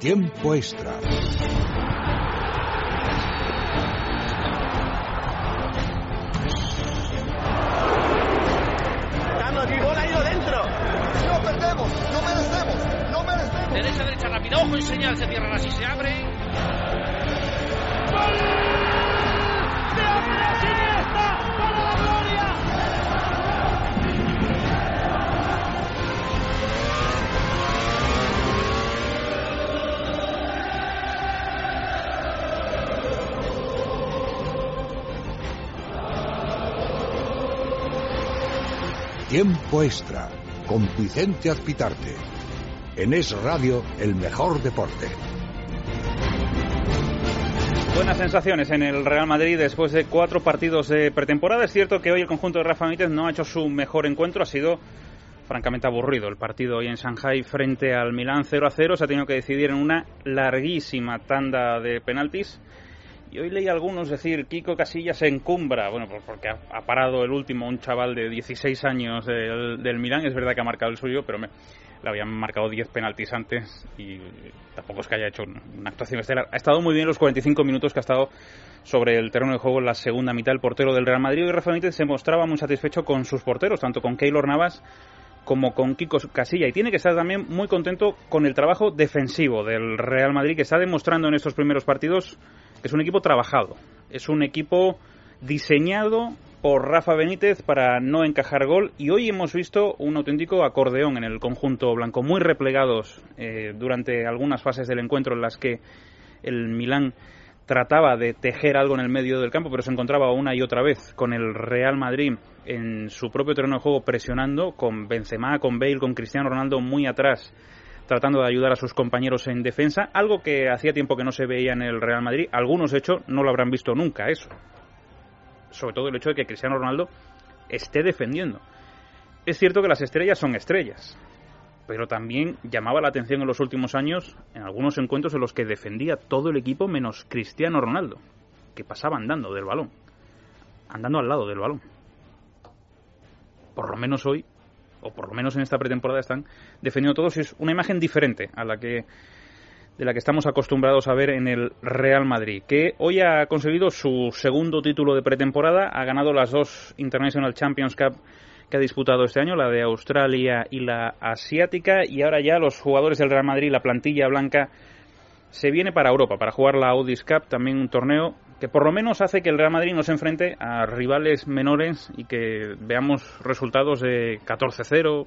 Tiempo extra. Carlos, mi bola ha ido dentro. No perdemos, no merecemos, no merecemos. Derecha, derecha, rápida, ojo y señal, se cierran así, se abre. ¡Gol! ¡De Andrés Iniesta para la gloria! Tiempo extra con Vicente Azpitarte. En Es Radio, el mejor deporte. Buenas sensaciones en el Real Madrid después de 4 partidos de pretemporada. Es cierto que hoy el conjunto de Rafa Benítez no ha hecho su mejor encuentro. Ha sido francamente aburrido el partido hoy en Shanghái frente al Milán 0-0. Se ha tenido que decidir en una larguísima tanda de penaltis. Y hoy leí a algunos decir, Kiko Casillas se encumbra, bueno, pues porque ha parado el último, un chaval de 16 años del Milán. Es verdad que ha marcado el suyo, pero le habían marcado 10 penaltis antes y tampoco es que haya hecho una actuación estelar. Ha estado muy bien los 45 minutos que ha estado sobre el terreno de juego en la segunda mitad el portero del Real Madrid. Y Rafa Benítez se mostraba muy satisfecho con sus porteros, tanto con Keylor Navas como con Kiko Casilla, y tiene que estar también muy contento con el trabajo defensivo del Real Madrid, que está demostrando en estos primeros partidos que es un equipo trabajado, es un equipo diseñado por Rafa Benítez para no encajar gol, y hoy hemos visto un auténtico acordeón en el conjunto blanco, muy replegados durante algunas fases del encuentro en las que el Milán trataba de tejer algo en el medio del campo, pero se encontraba una y otra vez con el Real Madrid en su propio terreno de juego presionando, con Benzema, con Bale, con Cristiano Ronaldo muy atrás, tratando de ayudar a sus compañeros en defensa, algo que hacía tiempo que no se veía en el Real Madrid. Algunos, de hecho, no lo habrán visto nunca eso. Sobre todo el hecho de que Cristiano Ronaldo esté defendiendo. Es cierto que las estrellas son estrellas, pero también llamaba la atención en los últimos años en algunos encuentros en los que defendía todo el equipo menos Cristiano Ronaldo, que pasaba andando del balón, andando al lado del balón. Por lo menos hoy, o por lo menos en esta pretemporada, están defendiendo todos, y es una imagen diferente a la que de la que estamos acostumbrados a ver en el Real Madrid, que hoy ha conseguido su segundo título de pretemporada, ha ganado las 2 International Champions Cup que ha disputado este año, la de Australia y la asiática, y ahora ya los jugadores del Real Madrid, la plantilla blanca, se viene para Europa, para jugar la Audis Cup, también un torneo que por lo menos hace que el Real Madrid no se enfrente a rivales menores y que veamos resultados de 14-0,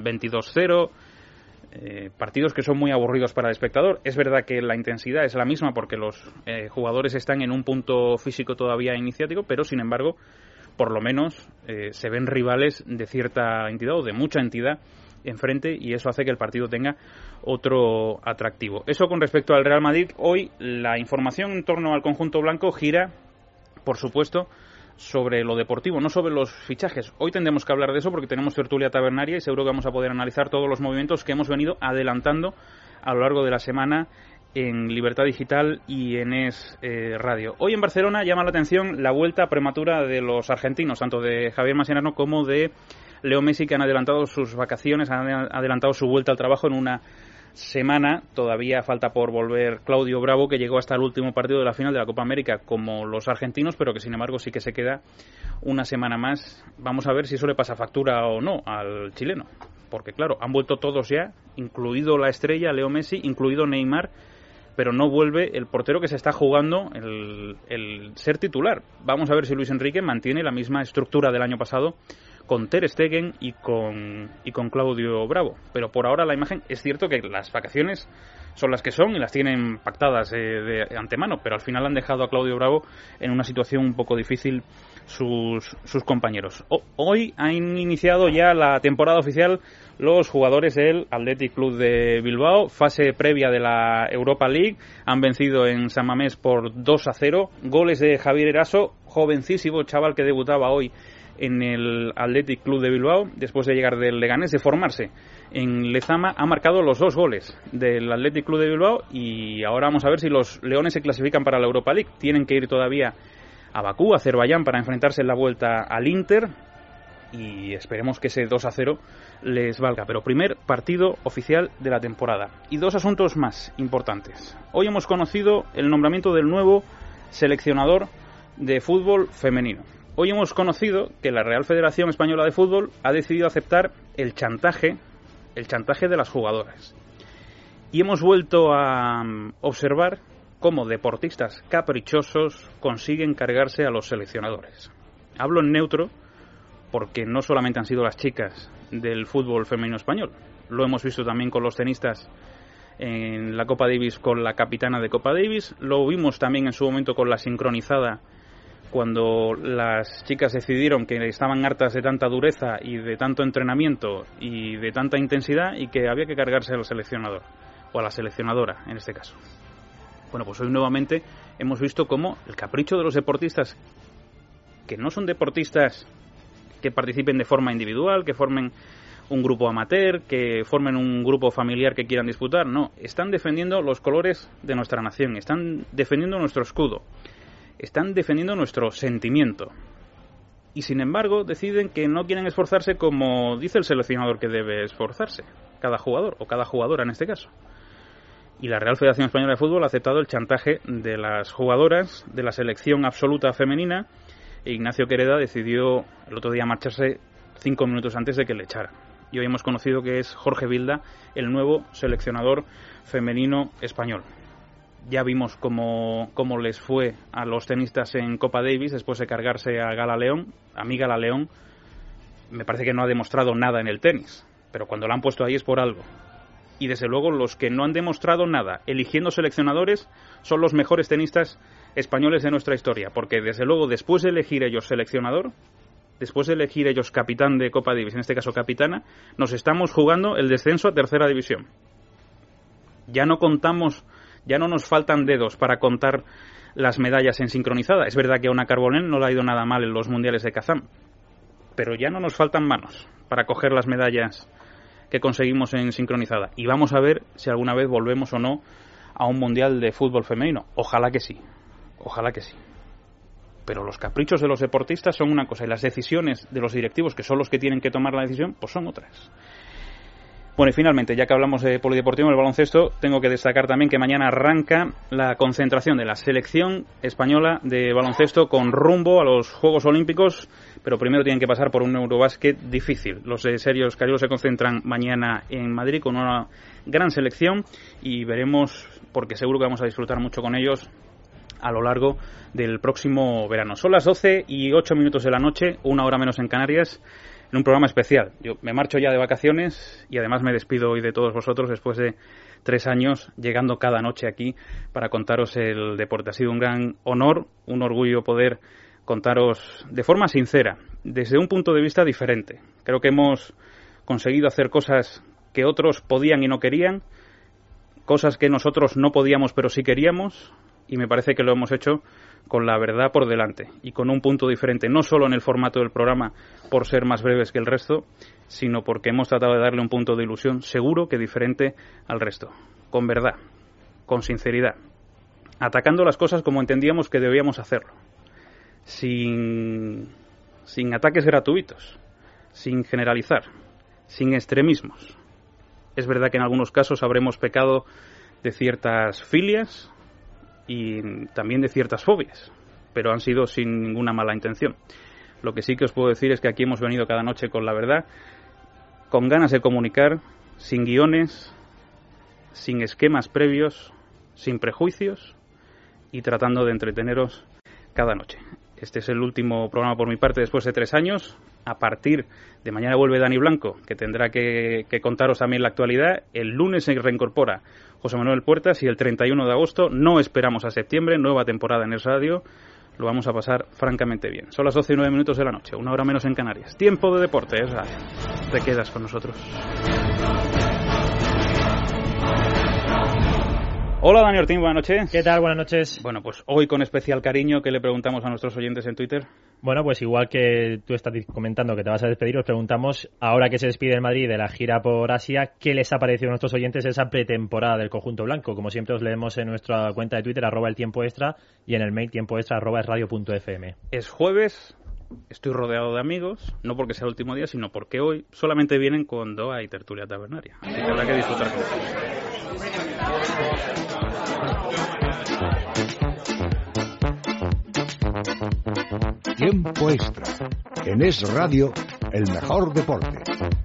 22-0, partidos que son muy aburridos para el espectador. Es verdad que la intensidad es la misma porque los jugadores están en un punto físico todavía iniciático, pero sin embargo, por lo menos se ven rivales de cierta entidad o de mucha entidad enfrente, y eso hace que el partido tenga otro atractivo. Eso con respecto al Real Madrid. Hoy la información en torno al conjunto blanco gira, por supuesto, sobre lo deportivo, no sobre los fichajes. Hoy tendremos que hablar de eso porque tenemos tertulia tabernaria y seguro que vamos a poder analizar todos los movimientos que hemos venido adelantando a lo largo de la semana en Libertad Digital y en Es Radio. Hoy en Barcelona llama la atención la vuelta prematura de los argentinos, tanto de Javier Mascherano como de Leo Messi, que han adelantado sus vacaciones, han adelantado su vuelta al trabajo en una semana. Todavía falta por volver Claudio Bravo, que llegó hasta el último partido de la final de la Copa América como los argentinos, pero que sin embargo sí que se queda una semana más. Vamos a ver si eso le pasa factura o no al chileno, porque claro, han vuelto todos ya, incluido la estrella Leo Messi, incluido Neymar, pero no vuelve el portero que se está jugando el ser titular. Vamos a ver si Luis Enrique mantiene la misma estructura del año pasado con Ter Stegen y con Claudio Bravo. Pero por ahora la imagen, es cierto que las vacaciones son las que son y las tienen pactadas de antemano, pero al final han dejado a Claudio Bravo en una situación un poco difícil sus compañeros. Hoy han iniciado ya la temporada oficial los jugadores del Athletic Club de Bilbao, fase previa de la Europa League. Han vencido en San Mamés por 2-0, goles de Javier Eraso, jovencísimo chaval que debutaba hoy en el Athletic Club de Bilbao, después de llegar del Leganés, de formarse en Lezama, ha marcado los 2 goles del Athletic Club de Bilbao, y ahora vamos a ver si los leones se clasifican para la Europa League. Tienen que ir todavía a Bakú, Azerbaiyán, para enfrentarse en la vuelta al Inter, y esperemos que ese 2-0 les valga. Pero primer partido oficial de la temporada. Y 2 asuntos más importantes. Hoy hemos conocido el nombramiento del nuevo seleccionador de fútbol femenino. Hoy hemos conocido que la Real Federación Española de Fútbol ha decidido aceptar el chantaje de las jugadoras. Y hemos vuelto a observar cómo deportistas caprichosos consiguen cargarse a los seleccionadores. Hablo en neutro porque no solamente han sido las chicas del fútbol femenino español, lo hemos visto también con los tenistas en la Copa Davis, con la capitana de Copa Davis, lo vimos también en su momento con la sincronizada, cuando las chicas decidieron que estaban hartas de tanta dureza y de tanto entrenamiento y de tanta intensidad y que había que cargarse al seleccionador, o a la seleccionadora en este caso. Bueno, pues hoy nuevamente hemos visto cómo el capricho de los deportistas, que no son deportistas que participen de forma individual, que formen un grupo amateur, que formen un grupo familiar que quieran disputar, no, están defendiendo los colores de nuestra nación, están defendiendo nuestro escudo, están defendiendo nuestro sentimiento. Y sin embargo deciden que no quieren esforzarse como dice el seleccionador que debe esforzarse, cada jugador o cada jugadora en este caso. Y la Real Federación Española de Fútbol ha aceptado el chantaje de las jugadoras de la selección absoluta femenina e Ignacio Quereda decidió el otro día marcharse 5 minutos antes de que le echaran. Y hoy hemos conocido que es Jorge Vilda el nuevo seleccionador femenino español. Ya vimos cómo les fue a los tenistas en Copa Davis después de cargarse a Gala León. A mí Gala León me parece que no ha demostrado nada en el tenis, pero cuando la han puesto ahí es por algo. Y desde luego los que no han demostrado nada eligiendo seleccionadores son los mejores tenistas españoles de nuestra historia, porque desde luego después de elegir ellos seleccionador, después de elegir ellos capitán de Copa Davis, en este caso capitana, nos estamos jugando el descenso a tercera división. Ya no nos faltan dedos para contar las medallas en sincronizada. Es verdad que a Ona Carbonell no le ha ido nada mal en los mundiales de Kazán, pero ya no nos faltan manos para coger las medallas que conseguimos en sincronizada. Y vamos a ver si alguna vez volvemos o no a un mundial de fútbol femenino. Ojalá que sí. Ojalá que sí. Pero los caprichos de los deportistas son una cosa y las decisiones de los directivos, que son los que tienen que tomar la decisión, pues son otras. Bueno, y finalmente, ya que hablamos de polideportivo en el baloncesto, tengo que destacar también que mañana arranca la concentración de la selección española de baloncesto con rumbo a los Juegos Olímpicos, pero primero tienen que pasar por un Eurobásquet difícil. Los serios caribeos se concentran mañana en Madrid con una gran selección y veremos, porque seguro que vamos a disfrutar mucho con ellos a lo largo del próximo verano. Son las 12:08 de la noche, 1 hora menos en Canarias, en un programa especial. Yo me marcho ya de vacaciones y además me despido hoy de todos vosotros después de 3 años llegando cada noche aquí para contaros el deporte. Ha sido un gran honor, un orgullo poder contaros de forma sincera, desde un punto de vista diferente. Creo que hemos conseguido hacer cosas que otros podían y no querían, cosas que nosotros no podíamos pero sí queríamos, y me parece que lo hemos hecho con la verdad por delante y con un punto diferente, no solo en el formato del programa por ser más breves que el resto, sino porque hemos tratado de darle un punto de ilusión seguro que diferente al resto, con verdad, con sinceridad, atacando las cosas como entendíamos que debíamos hacerlo, sin ataques gratuitos, sin generalizar, sin extremismos. Es verdad que en algunos casos habremos pecado de ciertas filias y también de ciertas fobias, pero han sido sin ninguna mala intención. Lo que sí que os puedo decir es que aquí hemos venido cada noche con la verdad, con ganas de comunicar, sin guiones, sin esquemas previos, sin prejuicios y tratando de entreteneros cada noche. Este es el último programa por mi parte después de 3 años. A partir de mañana vuelve Dani Blanco, que tendrá que contaros también la actualidad. El lunes se reincorpora José Manuel Puertas y el 31 de agosto no esperamos a septiembre, nueva temporada en Es Radio. Lo vamos a pasar francamente bien. Son las 12:09 de la noche, 1 hora menos en Canarias. Tiempo de deporte, Es Radio. Te quedas con nosotros. Hola Dani Ortín, buenas noches. ¿Qué tal? Buenas noches. Bueno, pues hoy con especial cariño, ¿qué le preguntamos a nuestros oyentes en Twitter? Bueno, pues igual que tú estás comentando que te vas a despedir, os preguntamos, ahora que se despide el Madrid de la gira por Asia, ¿qué les ha parecido a nuestros oyentes esa pretemporada del conjunto blanco? Como siempre os leemos en nuestra cuenta de Twitter, @eltiempoextra, y en el mail tiempoextra@esradio.fm. Es jueves estoy rodeado de amigos, no porque sea el último día, sino porque hoy solamente vienen cuando hay tertulia tabernaria. Así que habrá que disfrutar con ellos. Tiempo extra. En Es Radio, el mejor deporte.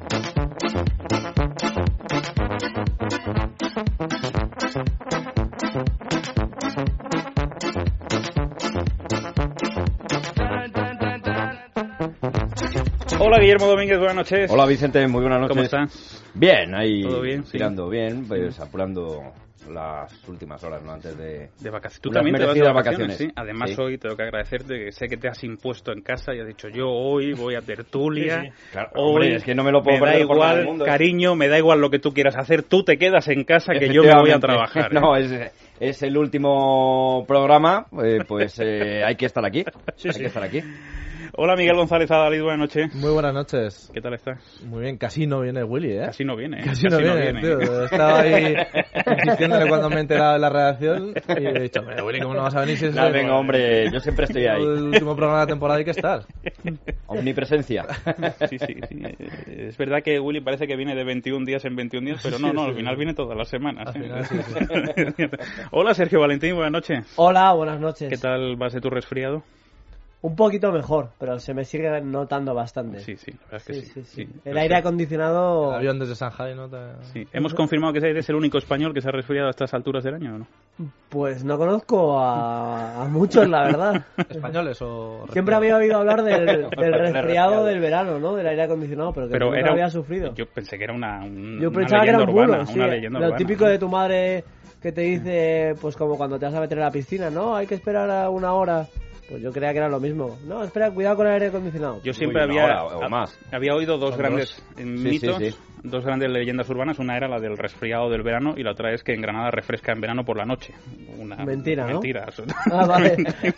Hola Guillermo Domínguez, buenas noches. Hola Vicente, muy buenas noches. ¿Cómo estás? Bien, ahí ¿Todo bien? tirando bien, pues apurando las últimas horas, ¿no? Antes de vacaciones. Tú unas también te vas de merecidas vacaciones, ¿sí? vacaciones. Además Sí. hoy tengo que agradecerte que sé que te has impuesto en casa y has dicho yo hoy voy a tertulia. Sí, sí. Claro, hoy hombre, es que no me lo puedo da perder por nada del igual, mundo, cariño, me da igual lo que tú quieras hacer, tú te quedas en casa que yo me voy a trabajar. No, es el último programa, pues hay que estar aquí. Hay que estar aquí. Hola Miguel González Adalid, buenas noches. Muy buenas noches. ¿Qué tal estás? Muy bien, casi no viene Willy, ¿eh? Casi no viene, ¿eh? Casi no viene, tío. Estaba ahí insistiéndole cuando me he enterado de la redacción y he dicho, Willy, ¿cómo no vas a venir si es No, venga, hombre, yo siempre estoy ahí. el último programa de la temporada? Hay que estar. Omnipresencia. Sí. Es verdad que Willy parece que viene de 21 días en 21 días, pero no, al final viene todas las semanas. Al final, sí. Hola Sergio Valentín, buenas noches. Hola, buenas noches. ¿Qué tal vas de tu resfriado? Un poquito mejor, pero se me sigue notando bastante. Sí, la verdad es que sí. El aire acondicionado... El avión desde Shanghai, ¿no? Sí. ¿Hemos confirmado que eres el único español que se ha resfriado a estas alturas del año o no? Pues no conozco a muchos, la verdad. ¿Españoles o...? Siempre había oído hablar del resfriado del verano, ¿no? Del aire acondicionado, pero que nunca había sufrido. Yo pensé que era Yo pensaba que era un bulo, sí. Una leyenda Lo urbana. típico de tu madre que te dice, pues como cuando te vas a meter a la piscina, ¿no? Hay que esperar a una hora... Pues yo creía que era lo mismo. No, espera, cuidado con el aire acondicionado. Yo siempre había oído dos grandes mitos, dos grandes leyendas urbanas. Una era la del resfriado del verano y la otra es que en Granada refresca en verano por la noche. Una mentira, ¿no? Mentira. Ah, vale.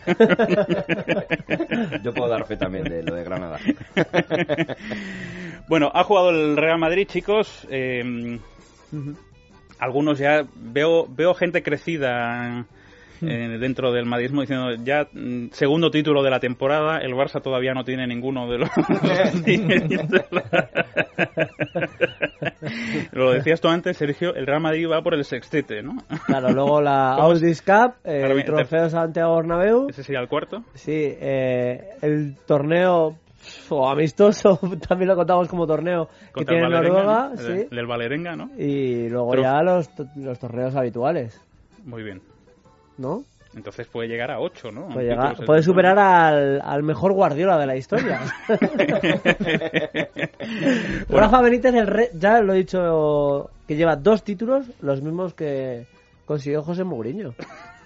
Yo puedo dar fe también de lo de Granada. Bueno, ha jugado el Real Madrid, chicos. Algunos ya... Veo gente crecida... dentro del madridismo diciendo ya segundo título de la temporada, el Barça todavía no tiene ninguno de los lo decías tú antes, Sergio, el Real Madrid va por el sextete, ¿no? Claro, luego la Audis Cup, el trofeo Santiago Bernabéu. ¿Ese sería el cuarto? Sí, el torneo amistoso, también lo contamos como torneo que tiene Noruega, ¿no? sí. Del Valerenga, ¿no? Y luego ya los torneos habituales. Muy bien. ¿No? Entonces puede llegar a 8, ¿no? Puede superar al mejor Guardiola de la historia. Bueno. Rafa Benítez, ya lo he dicho, que lleva 2 títulos, los mismos que consiguió José Mourinho.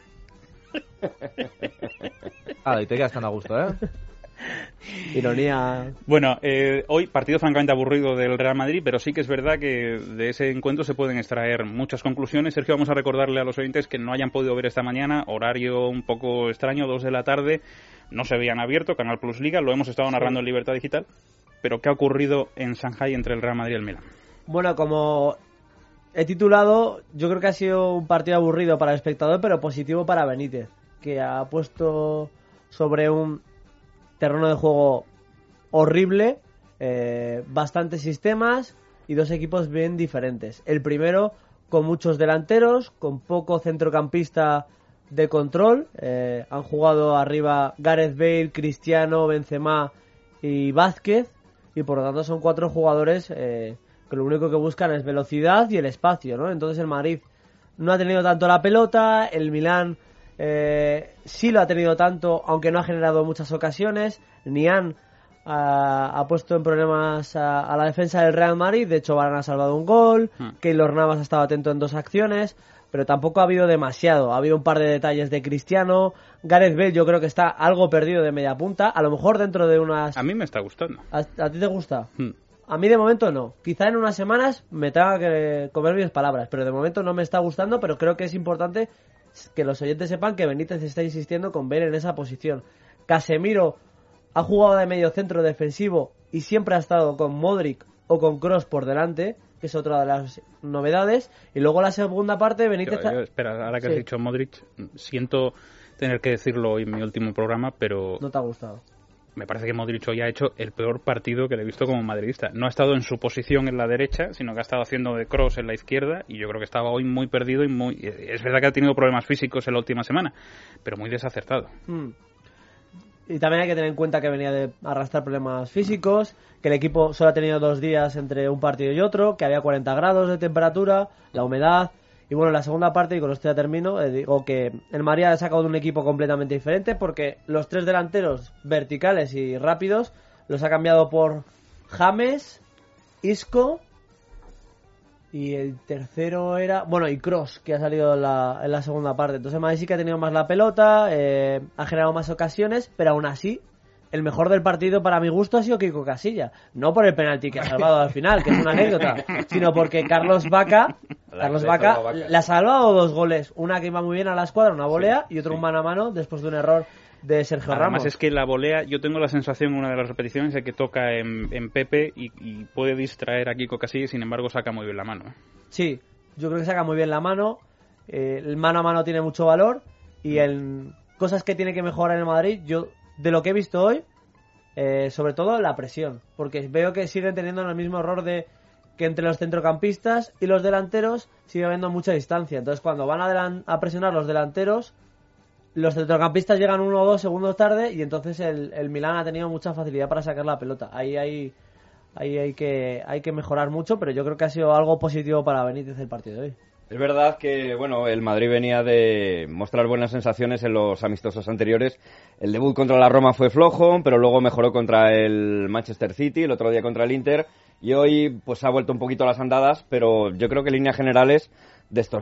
Y te quedas tan a gusto, ¿eh? Ironía. Bueno, hoy partido francamente aburrido del Real Madrid, pero sí que es verdad que de ese encuentro se pueden extraer muchas conclusiones. Sergio, vamos a recordarle a los oyentes que no hayan podido ver esta mañana, horario un poco extraño, 2 de la tarde, no se veían abierto, Canal Plus Liga, lo hemos estado narrando en Libertad Digital, pero ¿qué ha ocurrido en Shanghái entre el Real Madrid y el Milan? Bueno, como he titulado, yo creo que ha sido un partido aburrido para el espectador, pero positivo para Benítez, que ha puesto sobre un terreno de juego horrible, bastantes sistemas y 2 equipos bien diferentes. El primero con muchos delanteros, con poco centrocampista de control. Han jugado arriba Gareth Bale, Cristiano, Benzema y Vázquez, y por lo tanto son 4 jugadores que lo único que buscan es velocidad y el espacio, ¿no? Entonces el Madrid no ha tenido tanto la pelota, el Milán sí lo ha tenido tanto, aunque no ha generado muchas ocasiones. Nian ha puesto en problemas a la defensa del Real Madrid. De hecho, Varane ha salvado un gol, Keylor Navas ha estado atento en 2 acciones, pero tampoco ha habido demasiado. Ha habido un par de detalles de Cristiano. Gareth Bale yo creo que está algo perdido de media punta, a lo mejor dentro de unas... A mí me está gustando. ¿A ti te gusta? A mí de momento no. Quizá en unas semanas me tenga que comer mis palabras, pero de momento no me está gustando, pero creo que es importante que los oyentes sepan que Benítez está insistiendo con Bale en esa posición. Casemiro ha jugado de medio centro defensivo y siempre ha estado con Modric o con Kroos por delante, que es otra de las novedades. Y luego la segunda parte, Benítez... Espera, ahora que has dicho Modric, siento tener que decirlo hoy en mi último programa, pero... ¿No te ha gustado? me parece que Modric hoy ha hecho el peor partido que le he visto como madridista. No ha estado en su posición en la derecha, sino que ha estado haciendo de cross en la izquierda, y yo creo que estaba hoy muy perdido y muy... Es verdad que ha tenido problemas físicos en la última semana, pero muy desacertado. Y también hay que tener en cuenta que venía de arrastrar problemas físicos, que el equipo solo ha tenido 2 días entre un partido y otro, que había 40 grados de temperatura, la humedad. Y bueno, la segunda parte, y con esto ya termino, digo que el Madrid ha sacado de un equipo completamente diferente, porque los 3 delanteros verticales y rápidos los ha cambiado por James, Isco, y el tercero era... Bueno, y Kroos, que ha salido en la segunda parte. Entonces el Madrid sí que ha tenido más la pelota, ha generado más ocasiones, pero aún así, el mejor del partido para mi gusto ha sido Kiko Casilla. No por el penalti que ha salvado al final, que es una anécdota, sino porque Carlos Vaca le ha salvado 2 goles. Una que iba muy bien a la escuadra, una volea, y otro un mano a mano después de un error de Sergio Ramos. Además es que la volea, yo tengo la sensación en una de las repeticiones de que toca en Pepe y puede distraer a Kiko Casilla, y sin embargo saca muy bien la mano. Sí, yo creo que saca muy bien la mano. El mano a mano tiene mucho valor, y en cosas que tiene que mejorar en el Madrid, yo de lo que he visto hoy, sobre todo la presión, porque veo que siguen teniendo el mismo error de que entre los centrocampistas y los delanteros sigue habiendo mucha distancia. Entonces cuando van a presionar los delanteros, los centrocampistas llegan 1 o 2 segundos tarde, y entonces el Milán ha tenido mucha facilidad para sacar la pelota. Ahí hay que mejorar mucho, pero yo creo que ha sido algo positivo para Benítez el partido de hoy. Es verdad que, bueno, el Madrid venía de mostrar buenas sensaciones en los amistosos anteriores. El debut contra la Roma fue flojo, pero luego mejoró contra el Manchester City, el otro día contra el Inter, y hoy pues ha vuelto un poquito a las andadas, pero yo creo que en líneas generales, de estos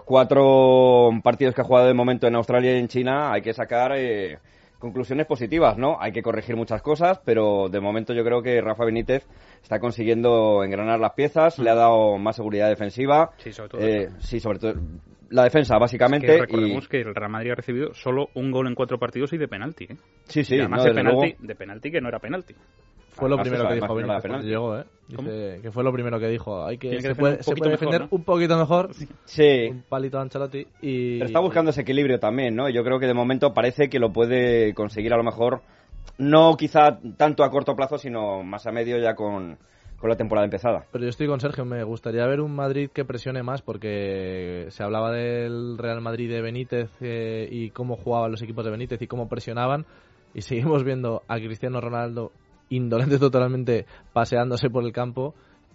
4 partidos que ha jugado de momento en Australia y en China, hay que sacar conclusiones positivas, ¿no? Hay que corregir muchas cosas, pero de momento yo creo que Rafa Benítez está consiguiendo engranar las piezas, le ha dado más seguridad defensiva. Sí, sobre todo. Sí, sobre todo la defensa, básicamente. Es que recordemos que el Real Madrid ha recibido solo 1 gol en 4 partidos y de penalti, ¿eh? Sí, y además de penalti que no era penalti. Fue lo primero que dijo Benítez cuando llegó, ¿eh? Dice que fue lo primero que dijo. Se puede defender, ¿no? Un poquito mejor. Sí. Un palito a Ancelotti. Pero está buscando ese equilibrio también, ¿no? Yo creo que de momento parece que lo puede conseguir, a lo mejor, no quizá tanto a corto plazo, sino más a medio, ya con la temporada empezada. Pero yo estoy con Sergio, me gustaría ver un Madrid que presione más, porque se hablaba del Real Madrid de Benítez y cómo jugaban los equipos de Benítez y cómo presionaban, y seguimos viendo a Cristiano Ronaldo indolente totalmente, paseándose por el campo,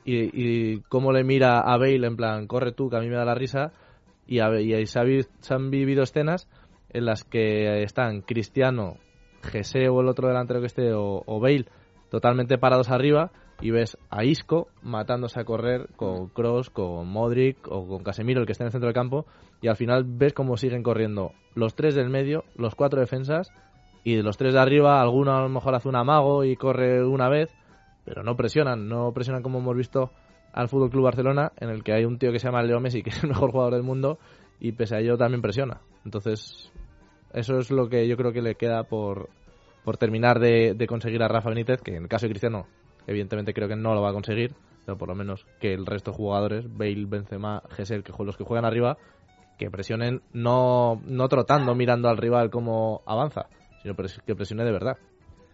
y cómo le mira a Bale en plan, corre tú, que a mí me da la risa, y se han vivido escenas en las que están Cristiano, Jesse o el otro delantero que esté, o Bale, totalmente parados arriba, y ves a Isco matándose a correr con Kroos, con Modric o con Casemiro, el que está en el centro del campo, y al final ves cómo siguen corriendo los 3 del medio, los 4 defensas, y de los 3 de arriba, alguno a lo mejor hace un amago y corre una vez, pero no presionan como hemos visto al FC Barcelona, en el que hay un tío que se llama Leo Messi, que es el mejor jugador del mundo, y pese a ello también presiona. Entonces, eso es lo que yo creo que le queda por terminar de conseguir a Rafa Benítez, que en el caso de Cristiano, evidentemente creo que no lo va a conseguir, pero por lo menos que el resto de jugadores, Bale, Benzema, Gesell, que los que juegan arriba, que presionen no trotando mirando al rival cómo avanza, sino que presione de verdad.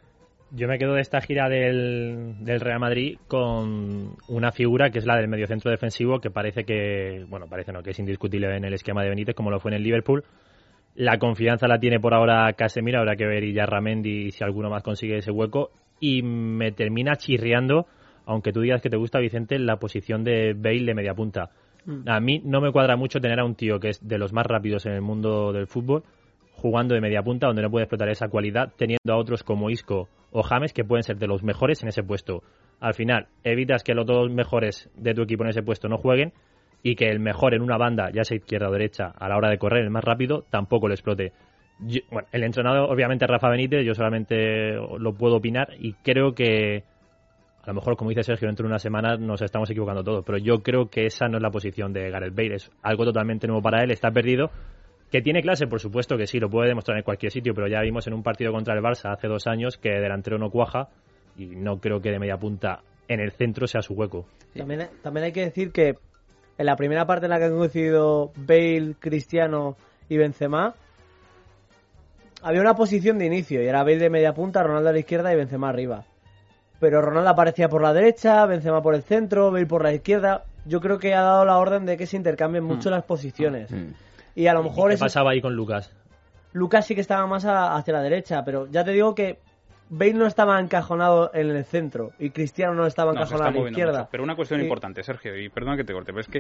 Yo me quedo de esta gira del Real Madrid con una figura que es la del mediocentro defensivo, que parece que es indiscutible en el esquema de Benítez, como lo fue en el Liverpool. La confianza la tiene por ahora Casemiro, habrá que ver y Yarramendi si alguno más consigue ese hueco. Y me termina chirriando, aunque tú digas que te gusta, Vicente, la posición de Bale de media punta. A mí no me cuadra mucho tener a un tío que es de los más rápidos en el mundo del fútbol jugando de media punta, donde no puede explotar esa cualidad, teniendo a otros como Isco o James, que pueden ser de los mejores en ese puesto. Al final, evitas que los dos mejores de tu equipo en ese puesto no jueguen, y que el mejor en una banda, ya sea izquierda o derecha, a la hora de correr, el más rápido, tampoco lo explote. El entrenador, obviamente, es Rafa Benítez, yo solamente lo puedo opinar, y creo que, a lo mejor, como dice Sergio, dentro de una semana nos estamos equivocando todos, pero yo creo que esa no es la posición de Gareth Bale, es algo totalmente nuevo para él, está perdido. Que tiene clase, por supuesto que sí, lo puede demostrar en cualquier sitio, pero ya vimos en un partido contra el Barça hace 2 años que delantero no cuaja, y no creo que de media punta en el centro sea su hueco. También hay que decir que en la primera parte en la que han coincidido Bale, Cristiano y Benzema, había una posición de inicio y era Bale de media punta, Ronaldo a la izquierda y Benzema arriba. Pero Ronaldo aparecía por la derecha, Benzema por el centro, Bale por la izquierda. Yo creo que ha dado la orden de que se intercambien mucho las posiciones. Y a lo mejor... ¿Qué pasaba ahí con Lucas? Lucas sí que estaba más hacia la derecha, pero ya te digo que Bale no estaba encajonado en el centro y Cristiano no estaba encajonado a la izquierda. Mucho. Pero una cuestión importante, Sergio, y perdona que te corte, pero es que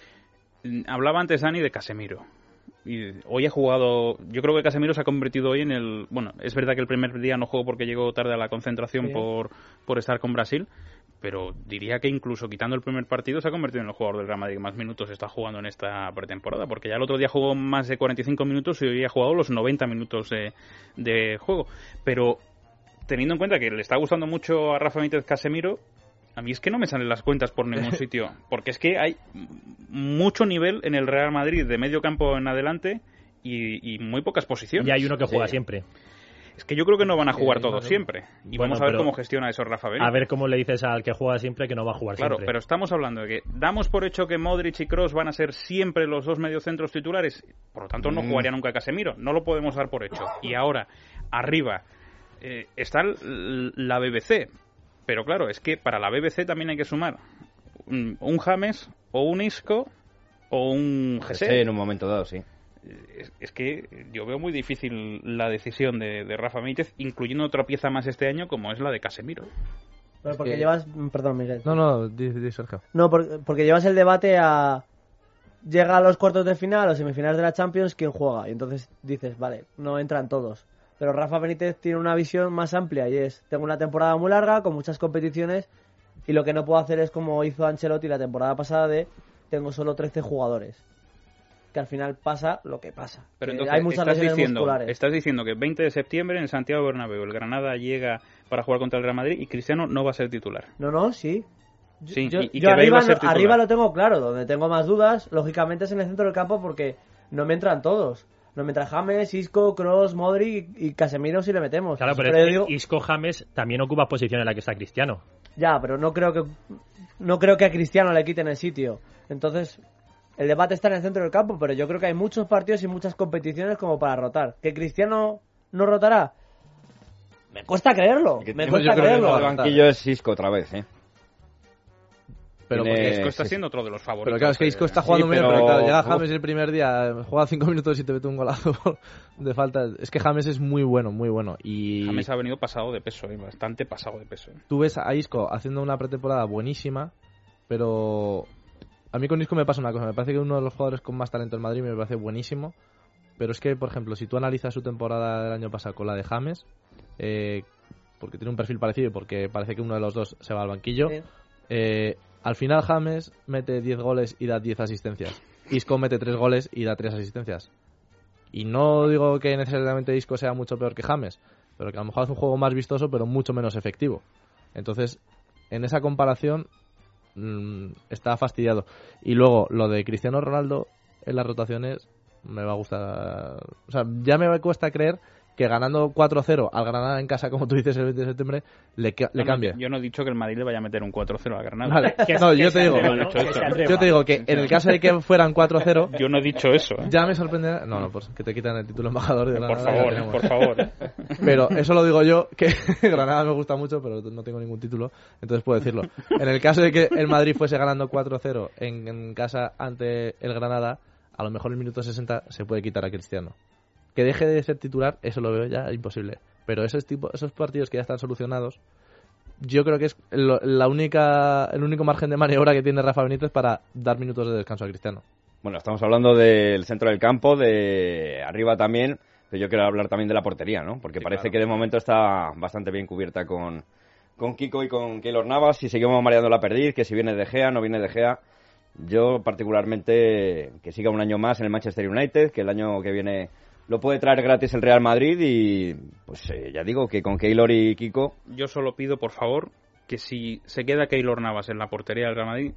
hablaba antes Dani de Casemiro. Y hoy ha jugado, yo creo que Casemiro se ha convertido hoy en el... Bueno, es verdad que el primer día no jugó porque llegó tarde a la concentración por estar con Brasil, pero diría que incluso quitando el primer partido se ha convertido en el jugador del Real Madrid que más minutos está jugando en esta pretemporada, porque ya el otro día jugó más de 45 minutos y hoy ha jugado los 90 minutos de juego. Pero teniendo en cuenta que le está gustando mucho a Rafa Benítez Casemiro, a mí es que no me salen las cuentas por ningún sitio, porque es que hay mucho nivel en el Real Madrid de medio campo en adelante y muy pocas posiciones. Y hay uno que juega siempre. Es que yo creo que no van a jugar todos siempre. Y vamos a ver cómo gestiona eso Rafa Benítez. A ver cómo le dices al que juega siempre que no va a jugar siempre. Claro, pero estamos hablando de que damos por hecho que Modric y Kroos van a ser siempre los dos mediocentros titulares. Por lo tanto, no jugaría nunca Casemiro. No lo podemos dar por hecho. Y ahora, arriba, está la BBC. Pero claro, es que para la BBC también hay que sumar un James o un Isco o un Jesse. En un momento dado, sí. Es que yo veo muy difícil la decisión de Rafa Benítez, incluyendo otra pieza más este año como es la de Casemiro. Pero porque llevas... Perdón, Miguel. No, di Sergio. No, porque llevas el debate a... Llega a los cuartos de final o semifinales de la Champions, ¿quién juega? Y entonces dices, vale, no entran todos. Pero Rafa Benítez tiene una visión más amplia y es, tengo una temporada muy larga, con muchas competiciones, y lo que no puedo hacer es como hizo Ancelotti la temporada pasada de, tengo solo 13 jugadores. Que al final pasa lo que pasa. Pero entonces hay muchas lesiones musculares. Estás diciendo que 20 de septiembre en Santiago Bernabéu el Granada llega para jugar contra el Real Madrid y Cristiano no va a ser titular. No, sí. Sí, yo arriba lo tengo claro. Donde tengo más dudas, lógicamente es en el centro del campo porque no me entran todos. No me entra James, Isco, Kroos, Modric y Casemiro si le metemos. Claro, pero Isco, James también ocupa posición en la que está Cristiano. Ya, pero no creo que a Cristiano le quiten el sitio. Entonces, el debate está en el centro del campo, pero yo creo que hay muchos partidos y muchas competiciones como para rotar. ¿Que Cristiano no rotará? Me cuesta creerlo. El banquillo es Isco otra vez, Pero Isco está siendo otro de los favoritos. Pero claro, es que Isco está jugando muy bien, pero claro, llega James el primer día, juega 5 minutos y te mete un golazo de falta. Es que James es muy bueno, muy bueno. Y James ha venido pasado de peso, bastante pasado de peso. Tú ves a Isco haciendo una pretemporada buenísima, pero a mí con Isco me pasa una cosa. Me parece que uno de los jugadores con más talento en Madrid me parece buenísimo. Pero es que, por ejemplo, si tú analizas su temporada del año pasado con la de James, porque tiene un perfil parecido y porque parece que uno de los dos se va al banquillo, al final James mete 10 goles y da 10 asistencias. Isco mete 3 goles y da 3 asistencias. Y no digo que necesariamente Isco sea mucho peor que James, pero que a lo mejor hace un juego más vistoso pero mucho menos efectivo. Entonces, en esa comparación está fastidiado. Y luego, lo de Cristiano Ronaldo en las rotaciones me va a gustar. O sea, ya me cuesta creer que ganando 4-0 al Granada en casa, como tú dices, el 20 de septiembre, le cambie. Yo no he dicho que el Madrid le vaya a meter un 4-0 al Granada. Vale. No, yo te digo que en el caso de que fueran 4-0... Yo no he dicho eso. Ya me sorprenderá... No, pues que te quitan el título embajador de Granada. Por favor. Pero eso lo digo yo, que Granada me gusta mucho, pero no tengo ningún título, entonces puedo decirlo. En el caso de que el Madrid fuese ganando 4-0 en casa ante el Granada, a lo mejor en el minuto 60 se puede quitar a Cristiano. Que deje de ser titular, eso lo veo ya imposible. Pero esos partidos que ya están solucionados, yo creo que es el único margen de maniobra que tiene Rafa Benítez para dar minutos de descanso a Cristiano. Bueno, estamos hablando del centro del campo, de arriba también, pero yo quiero hablar también de la portería, ¿no? Porque sí, parece que de momento está bastante bien cubierta con Kiko y con Keylor Navas. Si seguimos mareando la perdiz, que si viene De Gea, no viene De Gea. Yo particularmente que siga un año más en el Manchester United, que el año que viene lo puede traer gratis el Real Madrid y pues ya digo que con Keylor y Kiko... Yo solo pido, por favor, que si se queda Keylor Navas en la portería del Real Madrid,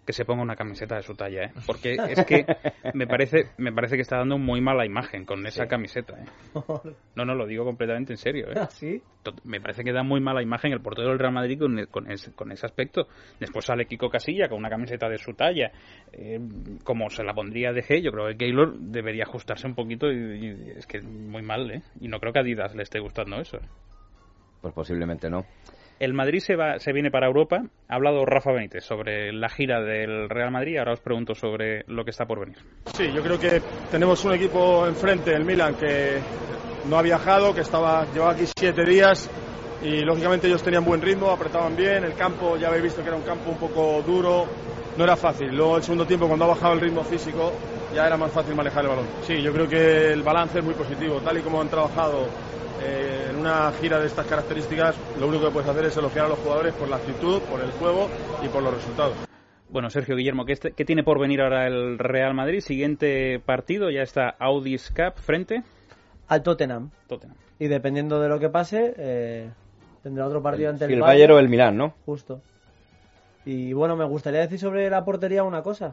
que se ponga una camiseta de su talla, ¿eh? Porque es que me parece que está dando muy mala imagen con esa camiseta, ¿eh? No, lo digo completamente en serio, ¿eh? ¿Sí? Me parece que da muy mala imagen el portero del Real Madrid con ese aspecto. Después sale Kiko Casilla con una camiseta de su talla, como se la pondría De Gea. Yo creo que Keylor debería ajustarse un poquito y es que muy mal, ¿eh? Y no creo que a Adidas le esté gustando eso. Pues posiblemente no. El Madrid se viene para Europa. Ha hablado Rafa Benítez sobre la gira del Real Madrid. Ahora os pregunto sobre lo que está por venir. Sí, yo creo que tenemos un equipo enfrente, el Milan, que no ha viajado, que llevaba aquí 7 días y lógicamente ellos tenían buen ritmo, apretaban bien. El campo, ya habéis visto que era un campo un poco duro, no era fácil. Luego el segundo tiempo, cuando ha bajado el ritmo físico, ya era más fácil manejar el balón. Sí, yo creo que el balance es muy positivo, tal y como han trabajado en una gira de estas características. Lo único que puedes hacer es elogiar a los jugadores por la actitud, por el juego y por los resultados. Bueno, Sergio Guillermo, ¿qué tiene por venir ahora el Real Madrid? Siguiente partido, ya está Audis Cup frente al Tottenham. Y dependiendo de lo que pase, tendrá otro partido ante el Bayern o el Milán, ¿no? Justo. Y bueno, me gustaría decir sobre la portería una cosa.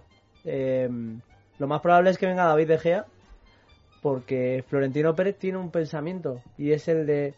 Lo más probable es que venga David De Gea, porque Florentino Pérez tiene un pensamiento, y es el de...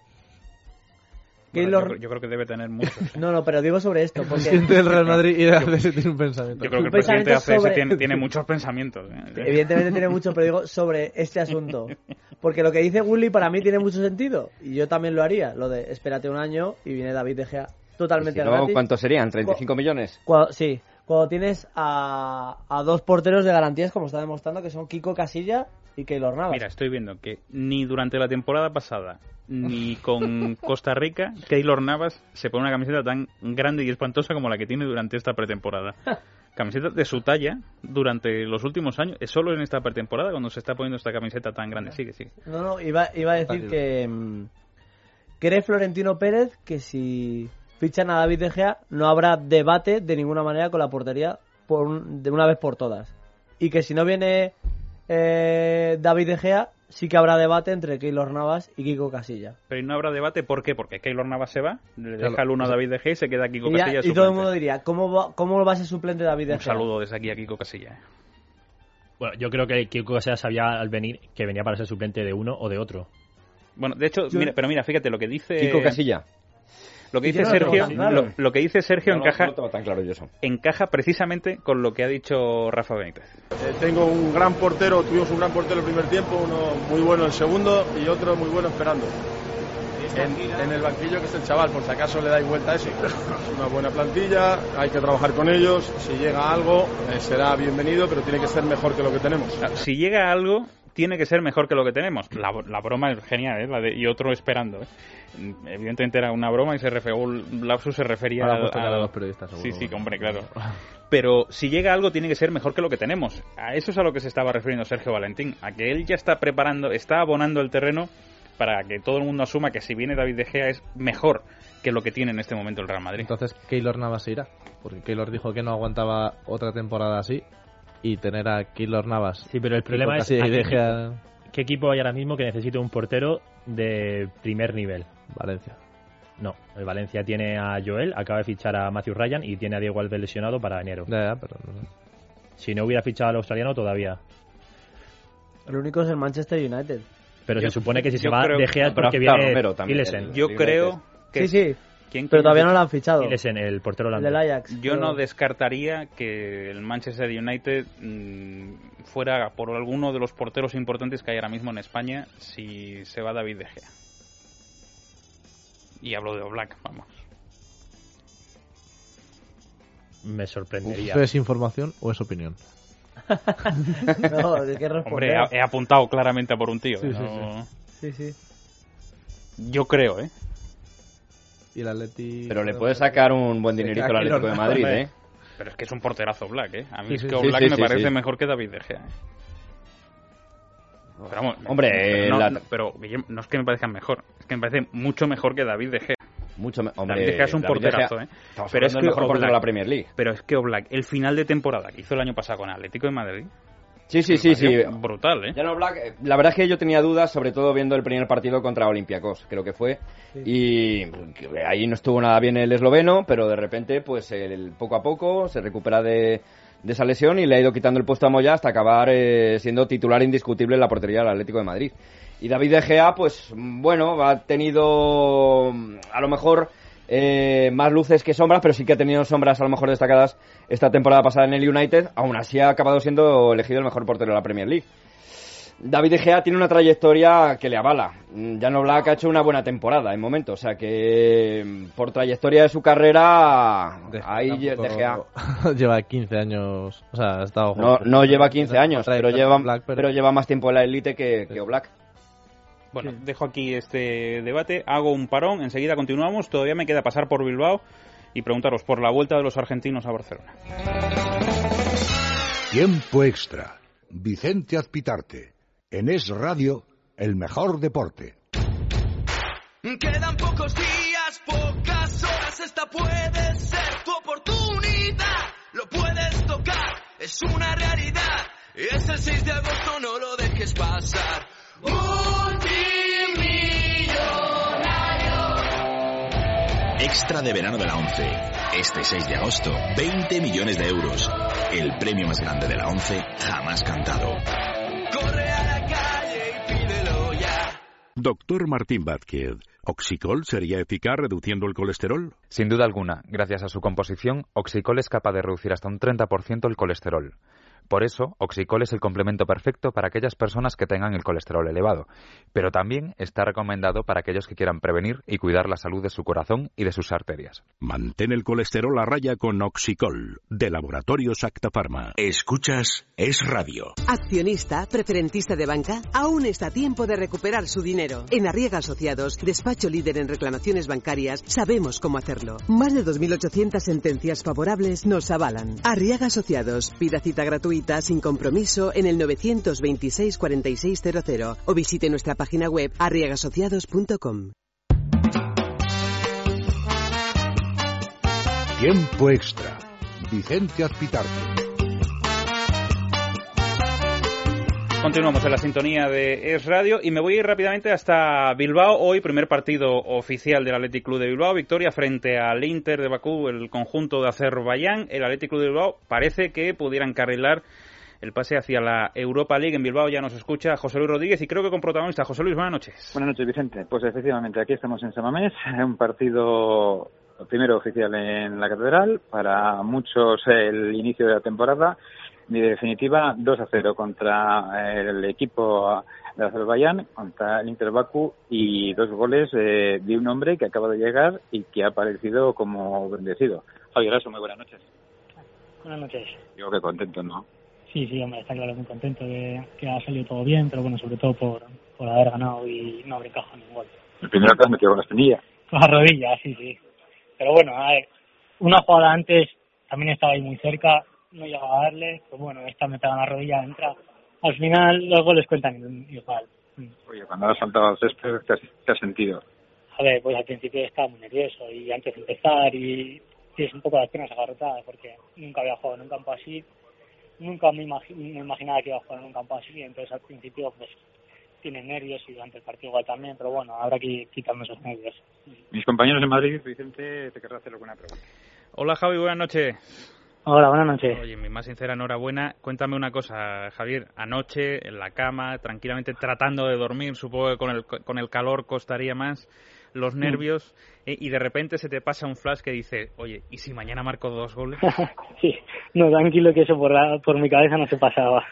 Bueno, yo creo que debe tener muchos. No, pero digo sobre esto. Porque... El presidente del Real Madrid y ACS tiene un pensamiento. Yo creo que el presidente de ACS tiene muchos pensamientos. Evidentemente tiene mucho, pero digo sobre este asunto. Porque lo que dice Willy para mí tiene mucho sentido. Y yo también lo haría. Lo de espérate un año y viene David De Gea totalmente gratis. ¿Cuántos serían? ¿35 millones? Sí. Cuando tienes a dos porteros de garantías, como está demostrando, que son Kiko Casilla y Keylor Navas. Mira, estoy viendo que ni durante la temporada pasada ni con Costa Rica Keylor Navas se pone una camiseta tan grande y espantosa como la que tiene durante esta pretemporada. Camiseta de su talla durante los últimos años. Es solo en esta pretemporada cuando se está poniendo esta camiseta tan grande. Sigue. No, iba a decir que cree Florentino Pérez que si fichan a David De Gea no habrá debate de ninguna manera con la portería de una vez por todas. Y que si no viene David De Gea, sí que habrá debate entre Keylor Navas y Kiko Casilla. Pero no habrá debate, ¿por qué? Porque Keylor Navas se va, le deja el 1 a David De Gea y se queda Kiko Casilla. Y todo el mundo diría, ¿cómo va a ser suplente David De Gea? Un saludo desde aquí a Kiko Casilla. Bueno, yo creo que Kiko Casilla sabía al venir que venía para ser suplente de uno o de otro. Bueno, de hecho, mira, fíjate lo que dice... Kiko Casilla. Lo que dice Sergio, lo que dice Sergio encaja, no tengo tan claro yo eso. Encaja precisamente con lo que ha dicho Rafa Benítez. Tengo un gran portero, tuvimos un gran portero el primer tiempo, uno muy bueno el segundo y otro muy bueno esperando. En el banquillo, que es el chaval, por si acaso le dais vuelta a eso. Es una buena plantilla, hay que trabajar con ellos, si llega algo será bienvenido, pero tiene que ser mejor que lo que tenemos. Si llega algo, tiene que ser mejor que lo que tenemos. La broma es genial, ¿eh? Y otro esperando, ¿eh? Evidentemente era una broma y lapsus se refería a los periodistas. Sí, hombre, claro. Pero si llega algo, tiene que ser mejor que lo que tenemos. A eso es a lo que se estaba refiriendo Sergio Valentín, a que él ya está está abonando el terreno para que todo el mundo asuma que si viene David De Gea es mejor que lo que tiene en este momento el Real Madrid. Entonces Keylor Navas se irá, porque Keylor dijo que no aguantaba otra temporada así, y tener a Keylor Navas. Sí, pero el problema es ¿qué equipo hay ahora mismo que necesite un portero de primer nivel? Valencia. No, el Valencia tiene a Joel, acaba de fichar a Matthew Ryan y tiene a Diego Alves lesionado para enero. Ya, pero no sé. Si no hubiera fichado al australiano todavía. El único es el Manchester United. Pero se supone que si se va De Gea es porque viene Ilesen. Yo creo que... Sí. Pero todavía no lo han fichado. Ilesen, el portero holandés. Del Ajax. Yo no descartaría que el Manchester United fuera por alguno de los porteros importantes que hay ahora mismo en España si se va David De Gea. Y hablo de Oblak, vamos. Me sorprendería. ¿Esto es información o es opinión? No, ¿de qué responder? Hombre, he apuntado claramente a por un tío. Sí. Yo creo, ¿eh? Y el Atleti... Pero le puede sacar un buen dinerito al Atlético de Madrid, ¿eh? Pero es que es un porterazo Oblak, ¿eh? A mí es que Oblak me parece mejor que David De Gea, ¿eh? Pero vamos, hombre, pero Guillermo, no es que me parezcan mejor, es que me parece mucho mejor que David De Gea. Hombre, David De Gea es un porterazo, ¿eh? Pero es que el mejor portero de la Premier League. Pero es que Oblak, el final de temporada que hizo el año pasado con Atlético de Madrid... Sí. Brutal, ¿eh? Jan Oblak, la verdad es que yo tenía dudas, sobre todo viendo el primer partido contra Olympiacos, creo que fue. Sí. Y ahí no estuvo nada bien el esloveno, pero de repente, pues poco a poco se recupera de de esa lesión y le ha ido quitando el puesto a Moya hasta acabar siendo titular indiscutible en la portería del Atlético de Madrid. Y David De Gea, pues bueno, ha tenido a lo mejor más luces que sombras, pero sí que ha tenido sombras a lo mejor destacadas esta temporada pasada en el United. Aún así ha acabado siendo elegido el mejor portero de la Premier League. David De Gea tiene una trayectoria que le avala. Jan Oblak ha hecho una buena temporada en momento, o sea que por trayectoria de su carrera ahí De Gea lleva 15 años, o sea, ha estado no lleva 15 años, pero lleva más tiempo en la élite que Oblak. Bueno, dejo aquí este debate, hago un parón, enseguida continuamos, todavía me queda pasar por Bilbao y preguntaros por la vuelta de los argentinos a Barcelona. Tiempo extra. Vicente Azpitarte. En Es Radio, el mejor deporte. Quedan pocos días, pocas horas, esta puede ser tu oportunidad. Lo puedes tocar, es una realidad. Es el 6 de agosto, no lo dejes pasar. Multimillonario. Extra de verano de la ONCE. Este 6 de agosto, 20 millones de euros. El premio más grande de la ONCE jamás cantado. Corre a la calle y pídelo ya. Doctor Martín Vázquez, ¿Oxicol sería eficaz reduciendo el colesterol? Sin duda alguna, gracias a su composición, Oxicol es capaz de reducir hasta un 30% el colesterol. Por eso, Oxicol es el complemento perfecto para aquellas personas que tengan el colesterol elevado, pero también está recomendado para aquellos que quieran prevenir y cuidar la salud de su corazón y de sus arterias. Mantén el colesterol a raya con Oxicol, de Laboratorios Acta Pharma. Escuchas Es Radio. Accionista, preferentista de banca, aún está a tiempo de recuperar su dinero. En Arriaga Asociados, despacho líder en reclamaciones bancarias, sabemos cómo hacerlo. Más de 2.800 sentencias favorables nos avalan. Arriaga Asociados, pida cita gratuita sin compromiso en el 926 4600 o visite nuestra página web arriagasociados.com. Tiempo extra. Vicente Azpitarte. Continuamos en la sintonía de Es Radio y me voy a ir rápidamente hasta Bilbao. Hoy, primer partido oficial del Athletic Club de Bilbao, victoria frente al Inter de Bakú, el conjunto de Azerbaiyán. El Athletic Club de Bilbao parece que pudiera encarrilar el pase hacia la Europa League. En Bilbao ya nos escucha José Luis Rodríguez y creo que con protagonista. José Luis, buenas noches. Buenas noches, Vicente. Pues efectivamente, aquí estamos en San Mamés, un partido primero oficial en la Catedral, para muchos el inicio de la temporada. Y de definitiva 2-0 contra el equipo de Azerbaiyán, contra el Inter Bakú, y 2 goles de un hombre que acaba de llegar y que ha aparecido como bendecido. Javier Lasso, muy buenas noches. Buenas noches. Digo que contento, ¿no? Sí, hombre, está claro, muy contento de que ha salido todo bien, pero bueno, sobre todo por haber ganado y no haber encajado ningún gol. El primero que has metido con la espinilla. Con la rodilla, sí. Pero bueno, a ver, una jugada antes también estaba ahí muy cerca, no llegaba a darle, pues bueno, esta me pega en la rodilla, entra. Al final los goles cuentan igual. Oye, cuando has saltado al césped, ¿qué has sentido? A ver, pues al principio estaba muy nervioso y antes de empezar y es un poco las piernas agarrotadas porque nunca había jugado en un campo así, nunca me imaginaba que iba a jugar en un campo así, entonces al principio pues tiene nervios y durante el partido igual también, pero bueno, habrá que quitarme esos nervios. Mis compañeros de Madrid, Vicente, te querrá hacer alguna pregunta. Hola Javi, buenas noches. Hola, buenas noches. Oye, mi más sincera enhorabuena. Cuéntame una cosa, Javier. Anoche, en la cama, tranquilamente tratando de dormir, supongo que con el calor costaría más, los nervios, y de repente se te pasa un flash que dice, oye, ¿y si mañana marco 2 goles? Sí, no, tranquilo que eso por mi cabeza no se pasaba.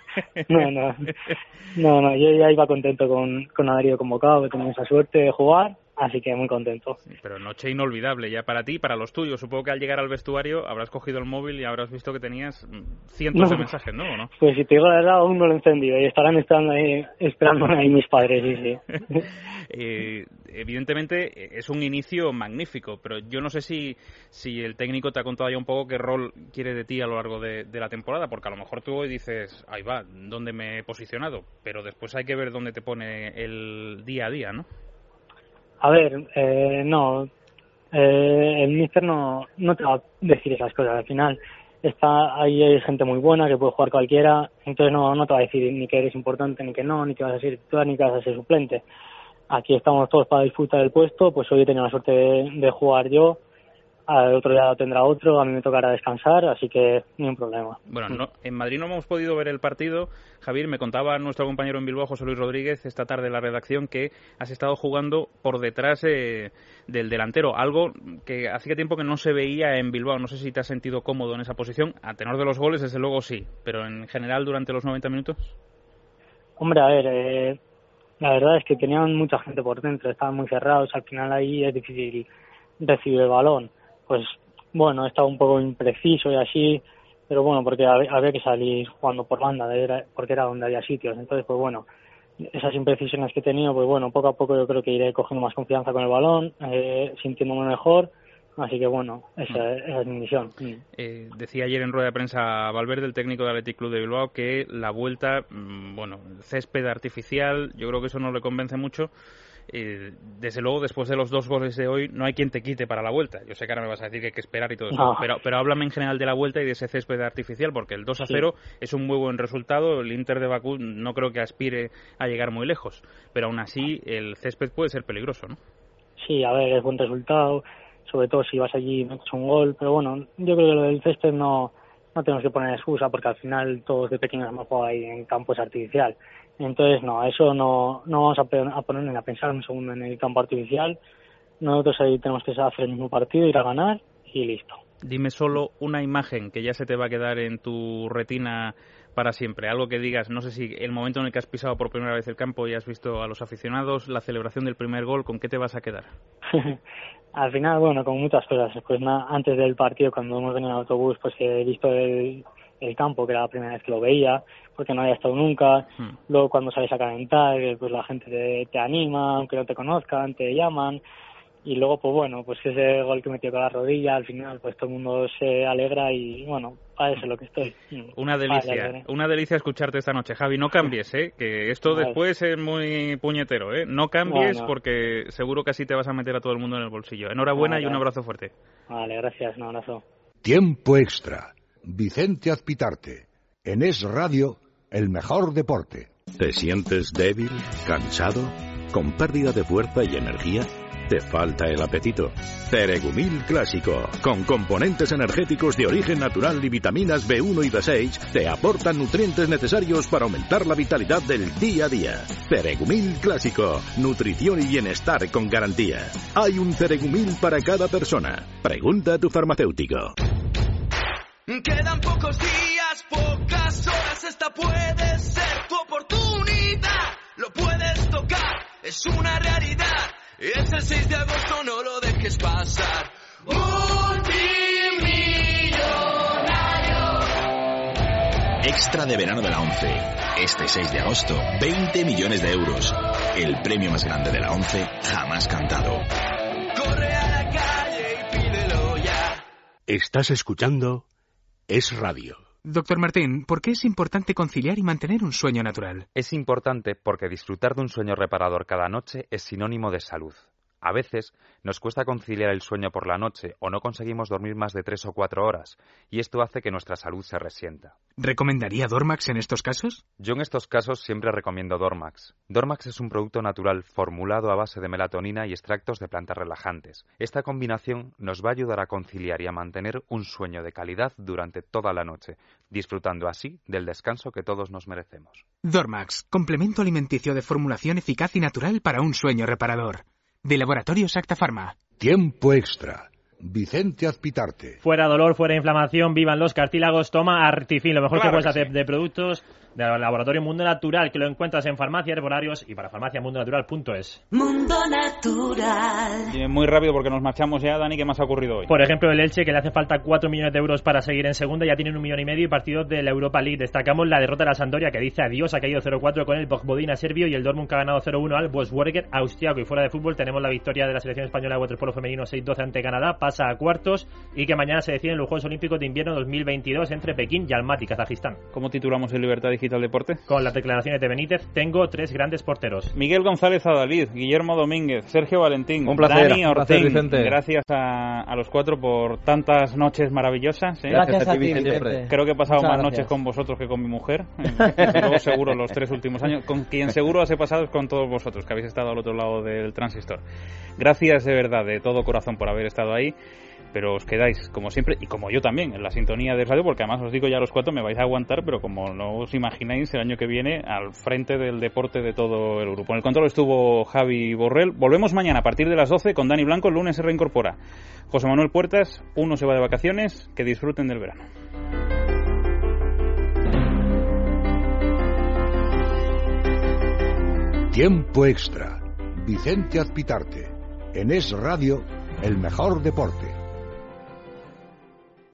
No, yo ya iba contento con haber ido convocado, que tenía esa suerte de jugar. Así que muy contento. Sí, pero noche inolvidable ya para ti y para los tuyos. Supongo que al llegar al vestuario habrás cogido el móvil y habrás visto que tenías cientos de mensajes, ¿no? ¿O no? Pues si te digo la verdad, aún no lo he encendido y estarán esperando ahí mis padres, sí. Evidentemente es un inicio magnífico, pero yo no sé si el técnico te ha contado ya un poco qué rol quiere de ti a lo largo de la temporada, porque a lo mejor tú hoy dices, ahí va, ¿dónde me he posicionado? Pero después hay que ver dónde te pone el día a día, ¿no? A ver, no, el míster no te va a decir esas cosas. Al final ahí hay gente muy buena que puede jugar cualquiera, entonces no te va a decir ni que eres importante, ni que no, ni que vas a ser titular, ni que vas a ser suplente. Aquí estamos todos para disfrutar del puesto, pues hoy he tenido la suerte de jugar yo, al otro día tendrá otro, a mí me tocará descansar, así que ni un problema. Bueno, en Madrid no hemos podido ver el partido. Javier, me contaba nuestro compañero en Bilbao, José Luis Rodríguez, esta tarde en la redacción, que has estado jugando por detrás del delantero, algo que hacía tiempo que no se veía en Bilbao. No sé si te has sentido cómodo en esa posición. A tenor de los goles, desde luego sí, pero en general durante los 90 minutos. Hombre, a ver, la verdad es que tenían mucha gente por dentro, estaban muy cerrados, al final ahí es difícil recibir el balón. Pues bueno, estaba un poco impreciso y así, pero bueno, porque había que salir jugando por banda, porque era donde había sitios. Entonces, pues bueno, esas imprecisiones que he tenido, pues bueno, poco a poco yo creo que iré cogiendo más confianza con el balón, sintiéndome mejor. Así que bueno, esa es mi misión. Decía ayer en rueda de prensa Valverde, el técnico del Athletic Club de Bilbao, que la vuelta, bueno, césped artificial, yo creo que eso no le convence mucho. Desde luego, después de los 2 goles de hoy, no hay quien te quite para la vuelta. Yo sé que ahora me vas a decir que hay que esperar y todo eso, No. pero háblame en general de la vuelta y de ese césped artificial, porque el 2-0 es un muy buen resultado. El Inter de Bakú no creo que aspire a llegar muy lejos, pero aún así el césped puede ser peligroso, ¿no? Sí, a ver, es buen resultado, sobre todo si vas allí y metes un gol, pero bueno, yo creo que lo del césped no tenemos que poner excusa, porque al final todos de pequeños hemos jugado ahí en campos artificial. Entonces, no, eso no vamos a poner ni a pensar un segundo en el campo artificial. Nosotros ahí tenemos que hacer el mismo partido, ir a ganar y listo. Dime solo una imagen que ya se te va a quedar en tu retina para siempre, algo que digas, no sé si el momento en el que has pisado por primera vez el campo y has visto a los aficionados, la celebración del primer gol, ¿con qué te vas a quedar? Al final, bueno, con muchas cosas. Pues antes del partido, cuando hemos venido en autobús, pues he visto el campo, que era la primera vez que lo veía, porque no había estado nunca. Luego cuando sales a calentar, pues la gente te anima, aunque no te conozcan, te llaman. Y luego, pues bueno, pues ese gol que metió con la rodilla, al final, pues todo el mundo se alegra y bueno, para eso es lo que estoy. Una delicia escucharte esta noche, Javi. No cambies, que esto después es muy puñetero, no cambies, Bueno. porque seguro que así te vas a meter a todo el mundo en el bolsillo. Enhorabuena y un abrazo fuerte. Vale, gracias, un abrazo. Tiempo extra. Vicente Azpitarte. En Es Radio, el mejor deporte. ¿Te sientes débil, cansado, con pérdida de fuerza y energía? ¿Te falta el apetito? Ceregumil Clásico, con componentes energéticos de origen natural y vitaminas B1 y B6, te aportan nutrientes necesarios para aumentar la vitalidad del día a día. Ceregumil Clásico, nutrición y bienestar con garantía. Hay un Ceregumil para cada persona. Pregunta a tu farmacéutico. Quedan pocos días, pocas horas, esta puede ser tu oportunidad. Lo puedes tocar, es una realidad. Es el 6 de agosto, no lo dejes pasar. Multimillonario. Extra de verano de la ONCE. Este 6 de agosto, 20 millones de euros. El premio más grande de la ONCE jamás cantado. Corre a la calle y pídelo ya. Estás escuchando Es Radio. Doctor Martín, ¿por qué es importante conciliar y mantener un sueño natural? Es importante porque disfrutar de un sueño reparador cada noche es sinónimo de salud. A veces nos cuesta conciliar el sueño por la noche o no conseguimos dormir más de 3 o 4 horas, y esto hace que nuestra salud se resienta. ¿Recomendaría Dormax en estos casos? Yo en estos casos siempre recomiendo Dormax. Dormax es un producto natural formulado a base de melatonina y extractos de plantas relajantes. Esta combinación nos va a ayudar a conciliar y a mantener un sueño de calidad durante toda la noche, disfrutando así del descanso que todos nos merecemos. Dormax, complemento alimenticio de formulación eficaz y natural para un sueño reparador. De Laboratorios Acta Pharma. Tiempo extra. Vicente Azpitarte. Fuera dolor, fuera inflamación, vivan los cartílagos, toma Artifin, lo mejor que puedes hacer de productos del Laboratorio Mundo Natural, que lo encuentras en farmacias, herbolarios y para farmaciamundonatural.es. Mundo Natural. Y muy rápido porque nos marchamos ya, Dani, ¿qué más ha ocurrido hoy? Por ejemplo, el Elche, que le hace falta 4 millones de euros para seguir en segunda, ya tienen 1,5 millones y partidos de la Europa League. Destacamos la derrota de la Sampdoria, que dice adiós, ha caído 0-4 con el Vojvodina serbio, y el Dortmund, que ha ganado 0-1 al Wolfsburger austriaco. Y fuera de fútbol tenemos la victoria de la selección española de waterpolo femenino 6-12 ante Canadá, pasa a cuartos, y que mañana se deciden los Juegos Olímpicos de Invierno 2022 entre Pekín y Almaty, Kazajistán. ¿Cómo titulamos el Libertad Digital Deporte? Con las declaraciones de Benítez, tengo 3 grandes porteros. Miguel González Adalid, Guillermo Domínguez, Sergio Valentín, un placer, Dani un placer, Ortín. Vicente. Gracias a los 4 por tantas noches maravillosas. Gracias a ti, Vicente. Creo que he pasado Muchas más gracias. noches con vosotros que con mi mujer. Desde luego seguro los 3 últimos años. Con quien seguro os he pasado es con todos vosotros, que habéis estado al otro lado del transistor. Gracias de verdad, de todo corazón, por haber estado ahí. pero os quedáis, como siempre, y como yo también, en la sintonía de radio, porque además os digo ya los 4 me vais a aguantar, pero como no os imagináis, el año que viene al frente del deporte de todo el grupo. En el control estuvo Javi Borrell. Volvemos mañana a partir de las 12 con Dani Blanco. El lunes se reincorpora José Manuel Puertas. Uno se va de vacaciones. Que disfruten del verano. Tiempo extra. Vicente Azpitarte. En Es Radio, el mejor deporte.